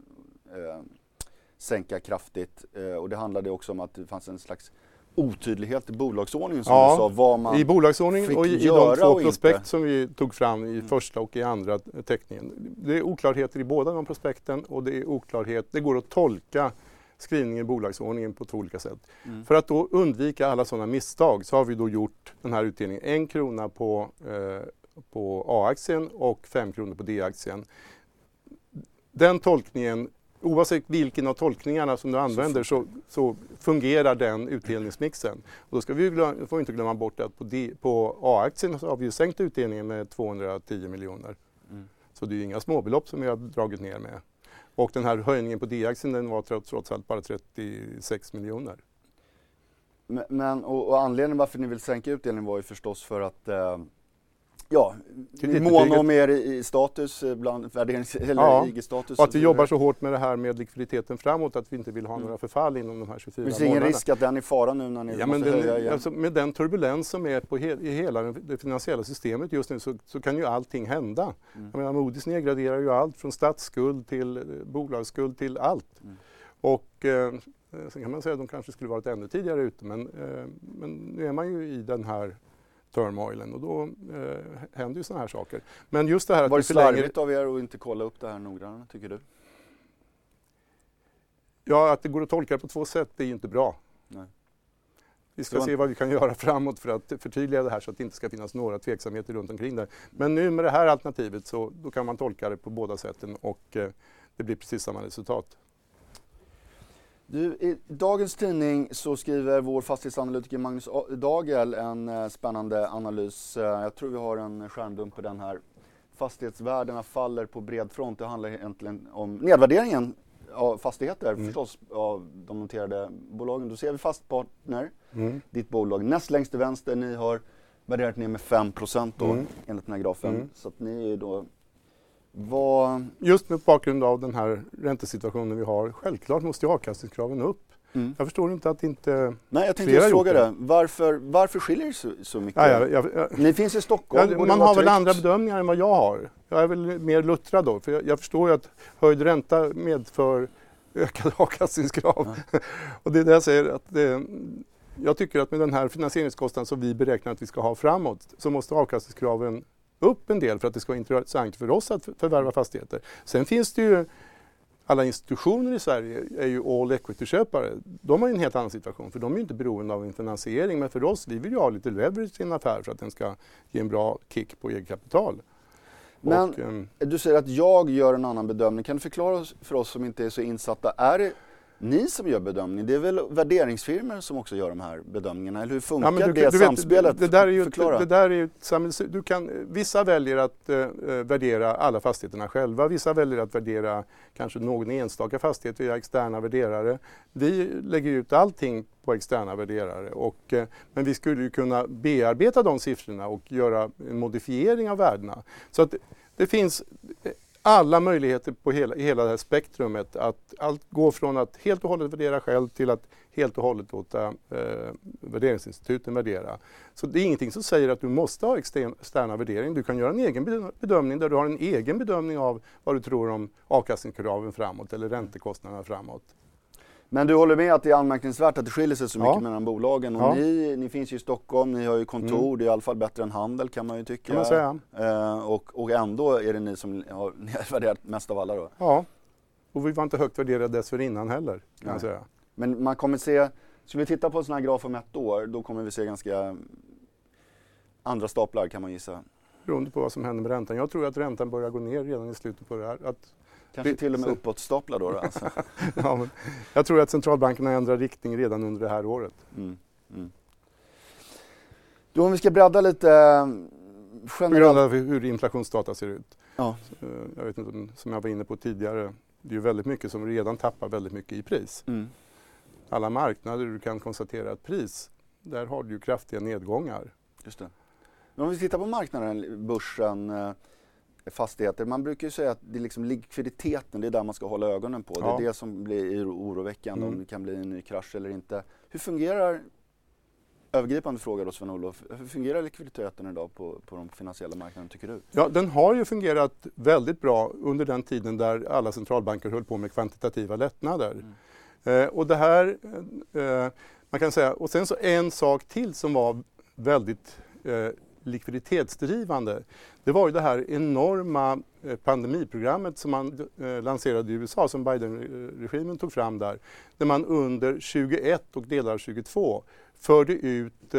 sänka kraftigt. Och det handlade också om att det fanns en slags otydlighet i bolagsordningen som du sa, vad man i bolagsordning och i de två prospekt som vi tog fram i första och i andra teckningen. Det är oklarheter i båda de prospekten och det är oklarhet, det går att tolka skrivningen i bolagsordningen på två olika sätt. För att då undvika alla sådana misstag så har vi då gjort den här utdelningen 1 krona på A-aktien och 5 kronor på D-aktien. Den tolkningen, oavsett vilken av tolkningarna som du använder så fungerar den utdelningsmixen. Och då får vi inte glömma bort att på A-aktien så har vi sänkt utdelningen med 210 miljoner. Så det är ju inga småbelopp som vi har dragit ner med. Och den här höjningen på D-aktien den var trots allt bara 36 miljoner. Men och anledningen varför ni vill sänka utdelningen var ju förstås för att ni månar om er i status, bland eller IG-status. Och att vi jobbar så hårt med det här med likviditeten framåt att vi inte vill ha några förfall inom de här 24 månaderna. Det finns ingen risk att den är fara nu när ni måste höja igen? Alltså, med den turbulens som är i hela det finansiella systemet just nu så kan ju allting hända. Jag menar, Moody's nedgraderar ju allt från statsskuld till bolagsskuld till allt. Och sen kan man säga att de kanske skulle varit ännu tidigare ute men nu är man ju i den här turmoilen och då händer ju såna här saker. Men just det här att var det slarvigt av er att inte kolla upp det här noggrannare, tycker du? Ja, att det går att tolka på två sätt, det är ju inte bra. Nej. Vi ska se vad vi kan göra framåt för att förtydliga det här så att det inte ska finnas några tveksamheter runt omkring det. Men nu med det här alternativet så då kan man tolka det på båda sätten och det blir precis samma resultat. Du, i dagens tidning så skriver vår fastighetsanalytiker Magnus Dagel en spännande analys. Jag tror vi har en skärmdump på den här. Fastighetsvärdena faller på bred front. Det handlar egentligen om nedvärderingen av fastigheter förstås av de noterade bolagen. Då ser vi Fastpartner, ditt bolag näst längst till vänster. Ni har värderat ner med 5% då enligt den här grafen. Så att ni är då just mot bakgrund av den här räntesituationen vi har, självklart måste ju avkastningskraven upp. Jag förstår inte att inte. Nej, jag tänkte fråga det. Varför skiljer det så mycket? Ni finns i Stockholm. Man har väl andra bedömningar än vad jag har. Jag är väl mer luttrad då. För jag förstår ju att höjd ränta medför ökade avkastningskrav. Och det är det jag säger att jag tycker att med den här finansieringskostnaden som vi beräknar att vi ska ha framåt så måste avkastningskraven upp en del för att det ska vara intressant för oss att förvärva fastigheter. Sen finns det ju alla institutioner i Sverige är ju all equity-köpare. De har ju en helt annan situation för de är ju inte beroende av en finansiering. Men för oss, vi vill ju ha lite leverage i en affär för att den ska ge en bra kick på eget kapital. Men du säger att jag gör en annan bedömning. Kan du förklara för oss som inte är så insatta, är det ni som gör bedömning? Det är väl värderingsfirmor som också gör de här bedömningarna? Eller hur funkar det samspelet? Det där är ju vissa väljer att värdera alla fastigheterna själva. Vissa väljer att värdera kanske någon enstaka fastighet via externa värderare. Vi lägger ut allting på externa värderare. Men vi skulle ju kunna bearbeta de siffrorna och göra en modifiering av värdena. Så att det finns alla möjligheter på hela det här spektrumet att allt går från att helt och hållet värdera själv till att helt och hållet låta värderingsinstituten värdera. Så det är ingenting som säger att du måste ha externa värdering. Du kan göra en egen bedömning där du har en egen bedömning av vad du tror om avkastningskraven framåt eller räntekostnaderna framåt. Men du håller med att det är anmärkningsvärt att det skiljer sig så mycket mellan bolagen. Och ni finns ju i Stockholm, ni har ju kontor, det är i alla fall bättre än handel kan man ju tycka. Kan man säga. Och ändå är det ni som har värderat mest av alla då. Ja, och vi var inte högt värderade dessförinnan heller kan man säga. Men man kommer se, skulle vi titta på en sån här graf om ett år, då kommer vi se ganska andra staplar kan man gissa. Beroende på vad som händer med räntan. Jag tror att räntan börjar gå ner redan i slutet på det här. Kanske till och med uppåtstaplar då alltså. Ja, men jag tror att centralbankerna ändrar riktning redan under det här året. Då om vi ska bredda lite generellt. På grund av hur inflationsdata ser ut. Ja. Jag vet inte, som jag var inne på tidigare, det är ju väldigt mycket som redan tappar väldigt mycket i pris. Alla marknader du kan konstatera att pris, där har du ju kraftiga nedgångar. Just det. Men om vi tittar på marknaden, börsen, fastigheter, man brukar ju säga att det är liksom likviditeten, det är där man ska hålla ögonen på. Ja. Det är det som blir oroväckande om det kan bli en ny krasch eller inte. Hur fungerar, övergripande fråga då Sven-Olof, hur fungerar likviditeten idag på de finansiella marknaderna tycker du? Ja, den har ju fungerat väldigt bra under den tiden där alla centralbanker höll på med kvantitativa lättnader. Och det här, man kan säga, och sen så en sak till som var väldigt likviditetsdrivande. Det var ju det här enorma pandemiprogrammet som man lanserade i USA, som Biden-regimen tog fram där. Där man under 21 och delar av 22 förde ut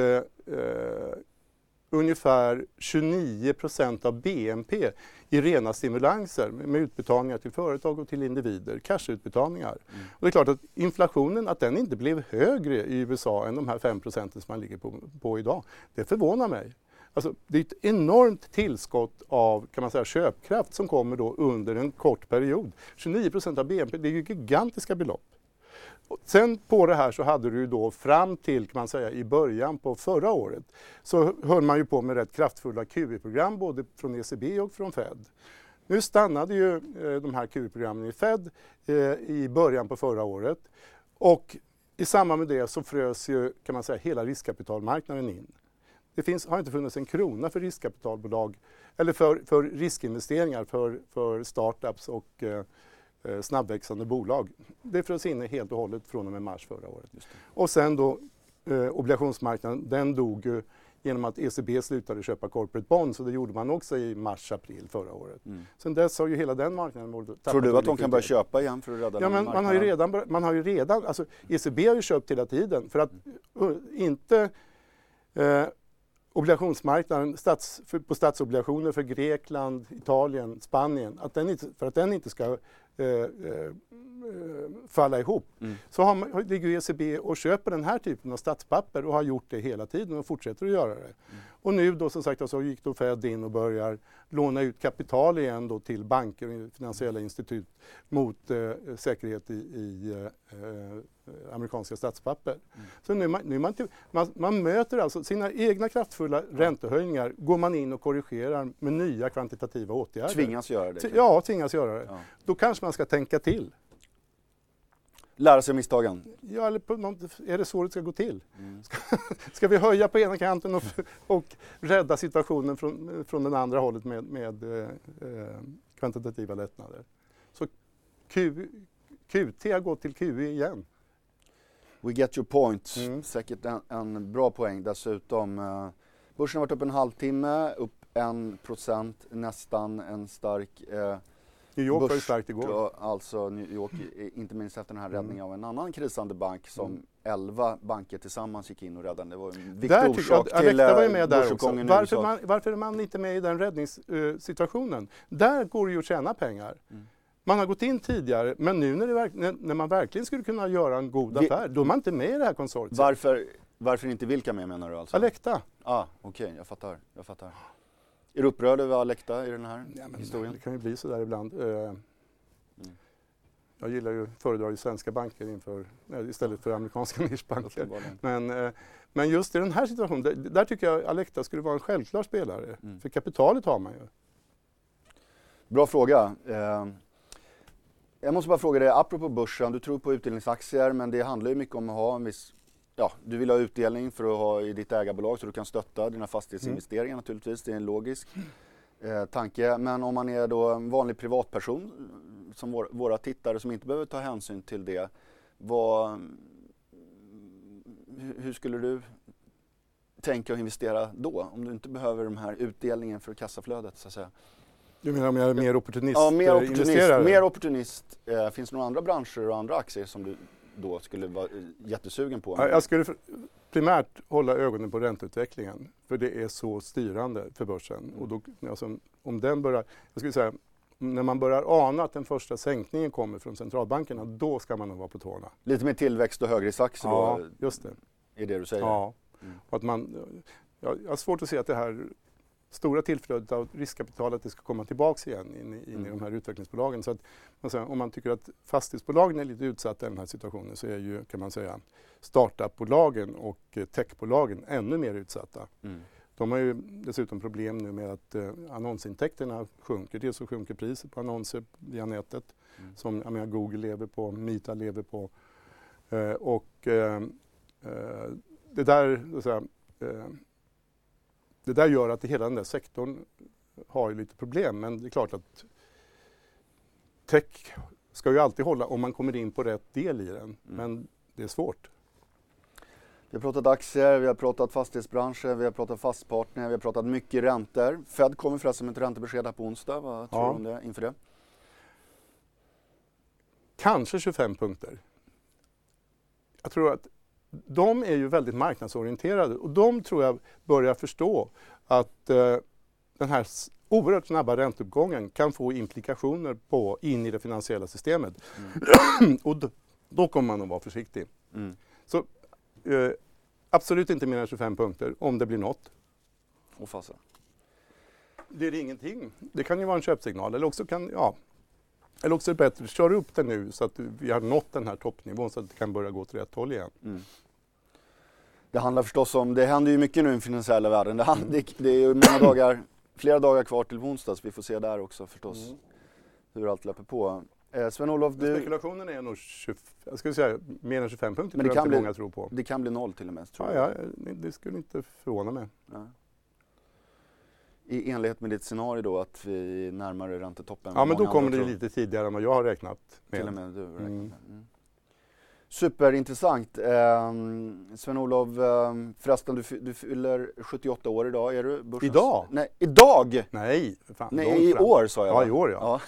ungefär 29% av BNP i rena stimulanser med utbetalningar till företag och till individer, cashutbetalningar. Och det är klart att inflationen, att den inte blev högre i USA än de här 5% som man ligger på idag, det förvånar mig. Alltså, det är ett enormt tillskott av, kan man säga, köpkraft som kommer då under en kort period. 29% av BNP, det är ju gigantiska belopp. Och sen på det här så hade du då fram till, kan man säga, i början på förra året så höll man ju på med rätt kraftfulla QE-program både från ECB och från Fed. Nu stannade ju de här QE-programmen i Fed i början på förra året och i samband med det så frös ju, kan man säga, hela riskkapitalmarknaden in. Det har inte funnits en krona för riskkapitalbolag eller för riskinvesteringar för startups och snabbväxande bolag. Det frös inne helt och hållet från och med mars förra året. Och sen då obligationsmarknaden, den dog ju genom att ECB slutade köpa corporate bonds, så det gjorde man också i mars-april förra året. Sen dess har ju hela den marknaden tappat. Tror du att de kan börja köpa igen för att rädda den marknaden? Man har ju redan, alltså ECB har ju köpt hela tiden för att inte obligationsmarknaden på statsobligationer för Grekland, Italien, Spanien, för att den inte ska falla ihop. Så ligger ECB och köper den här typen av statspapper och har gjort det hela tiden och fortsätter att göra det. Och nu då som sagt så gick då Fed in och börjar låna ut kapital igen då till banker och finansiella institut mot säkerhet i amerikanska statspapper. Så man möter alltså sina egna kraftfulla räntehöjningar, går man in och korrigerar med nya kvantitativa åtgärder. Tvingas göra det? Ja, tvingas göra det. Ja. Då kanske man ska tänka till. Lära sig misstagen? Ja, eller är det så det ska gå till? Ska vi höja på ena kanten och rädda situationen från den andra hållet med kvantitativa lättnader? Så QT har gått till QE igen. We get your point. Säkert en bra poäng. Dessutom, börsen har varit upp en halvtimme, upp 1%, nästan en stark New York var ju starkt igår. Alltså New York, inte minst efter den här räddningen av en annan krisande bank som 11 banker tillsammans gick in och räddade. Det var en viktig orsak till börsuppgången i USA. Varför är man inte med i den räddningssituationen? Där går det ju att tjäna pengar. Man har gått in tidigare, men nu när man verkligen skulle kunna göra en god affär, då är man inte med i det här konsortiet. Varför inte vilka med menar du alltså? Alecta. Okej, jag fattar. Är du upprörd över Alecta i den här historien? Det kan ju bli så där ibland. Jag gillar ju föredrar ju svenska banker istället för amerikanska nischbanker. Men just i den här situationen, där tycker jag Alecta skulle vara en självklar spelare. För kapitalet har man ju. Bra fråga. Jag måste bara fråga dig, apropå börsen, du tror på utdelningsaktier, men det handlar ju mycket om att ha en viss... Ja, du vill ha utdelning för att ha i ditt ägarbolag så du kan stötta dina fastighetsinvesteringar naturligtvis. Det är en logisk tanke. Men om man är då en vanlig privatperson som våra tittare som inte behöver ta hänsyn till det. Hur skulle du tänka att investera då? Om du inte behöver de här utdelningen för kassaflödet så att säga. Du menar om jag är mer opportunist? Ja, mer opportunist. Finns det några andra branscher och andra aktier som du då skulle vara jättesugen på? Jag skulle primärt hålla ögonen på ränteutvecklingen, för det är så styrande för börsen. Och då, alltså, om den börjar, jag skulle säga, när man börjar ana att den första sänkningen kommer från centralbankerna, då ska man nog vara på tårna. Lite mer tillväxt och högriskaktier Ja, då, just det. är det du säger? Ja, och att jag har svårt att se att det här stora tillflödet av riskkapital att det ska komma tillbaka igen in i de här utvecklingsbolagen. Så att, om man tycker att fastighetsbolagen är lite utsatta i den här situationen så är ju, kan man säga, startupbolagen och techbolagen ännu mer utsatta. De har ju dessutom problem nu med att annonsintäkterna sjunker. Dels så sjunker priset på annonser via nätet som Google lever på, Meta lever på. Det där gör att hela den där sektorn har ju lite problem. Men det är klart att tech ska ju alltid hålla om man kommer in på rätt del i den. Men det är svårt. Vi har pratat aktier, vi har pratat fastighetsbranscher, vi har pratat fastpartner, vi har pratat mycket räntor. Fed kommer förresten med ett räntebesked här på onsdag. Vad tror du om det inför det? Kanske 25 punkter. Jag tror att de är ju väldigt marknadsorienterade och de tror jag börjar förstå att den här oerhört snabba ränteuppgången kan få implikationer in i det finansiella systemet. Och då kommer man att vara försiktig. Så absolut inte mer än 25 punkter om det blir något. Och fasa. Det är ingenting. Det kan ju vara en köpsignal eller också är det bättre. Kör upp det nu så att vi har nått den här toppnivån så att det kan börja gå till rätt håll igen. Det handlar förstås om, det händer ju mycket nu i den finansiella världen. Det är ju flera dagar kvar till onsdag, så vi får se där också förstås hur allt löper på. Sven-Olof, spekulationen är nog mer än 25 punkter. Men det kan bli, många tror på. Det kan bli 0 till och med, tror jag. Det skulle inte förvåna mig. Ja. I enlighet med ditt scenario då att vi närmare räntetoppen. Ja, men då kommer det lite tidigare än vad jag har räknat med. Till och med du räknat med. Superintressant. Sven-Olof, förresten du fyller 78 år idag. Är du börsens... Idag? Nej, idag! Nej, fan. Nej, i år sa jag. Ja, i år ja.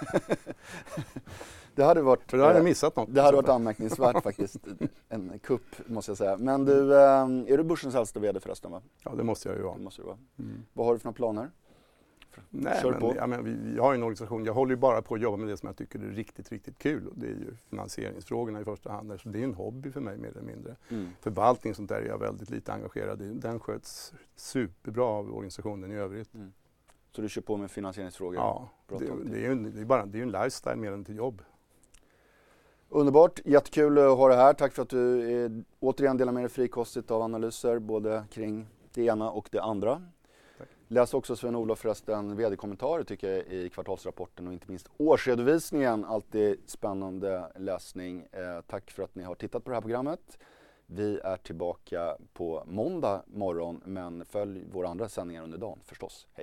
Det hade varit... För då hade jag missat något. Det hade varit anmärkningsvärt faktiskt. En kupp måste jag säga. Men du, är du börsens äldsta vd förresten va? Ja, det måste jag ju vara. Det måste du vara. Vad har du för några planer? Nej, vi har ju en organisation. Jag håller ju bara på att jobba med det som jag tycker är riktigt, riktigt kul. Och det är ju finansieringsfrågorna i första hand. Så det är en hobby för mig mer eller mindre. Förvaltning sånt där är jag väldigt lite engagerad i. Den sköts superbra av organisationen i övrigt. Så du kör på med finansieringsfrågor? Ja, det är ju en lifestyle mer än ett jobb. Underbart, jättekul att ha det här. Tack för att du återigen delar med dig frikostigt av analyser både kring det ena och det andra. Läs också Sven-Olof förresten vd-kommentarer tycker jag i kvartalsrapporten och inte minst årsredovisningen. Alltid spännande läsning. Tack för att ni har tittat på det här programmet. Vi är tillbaka på måndag morgon men följ våra andra sändningar under dagen förstås. Hej!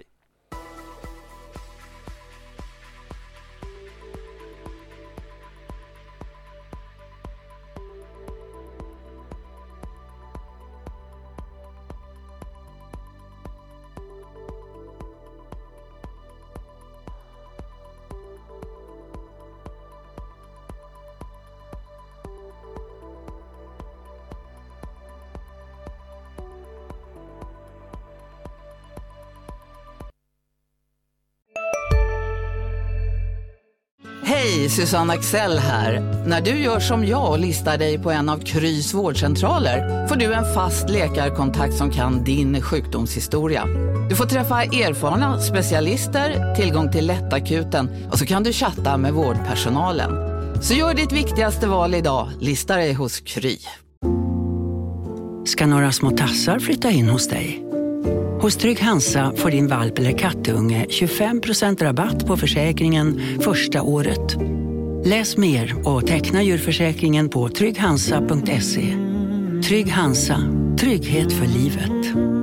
Hej, Susanne Axel här. När du gör som jag och listar dig på en av Krys vårdcentraler får du en fast läkarkontakt som kan din sjukdomshistoria. Du får träffa erfarna specialister, tillgång till lättakuten och så kan du chatta med vårdpersonalen. Så gör ditt viktigaste val idag, lista dig hos Kry. Ska några små tassar flytta in hos dig? Hos Trygg Hansa får din valp eller kattunge 25% rabatt på försäkringen första året. Läs mer och teckna djurförsäkringen på trygghansa.se. Trygg Hansa, trygghet för livet.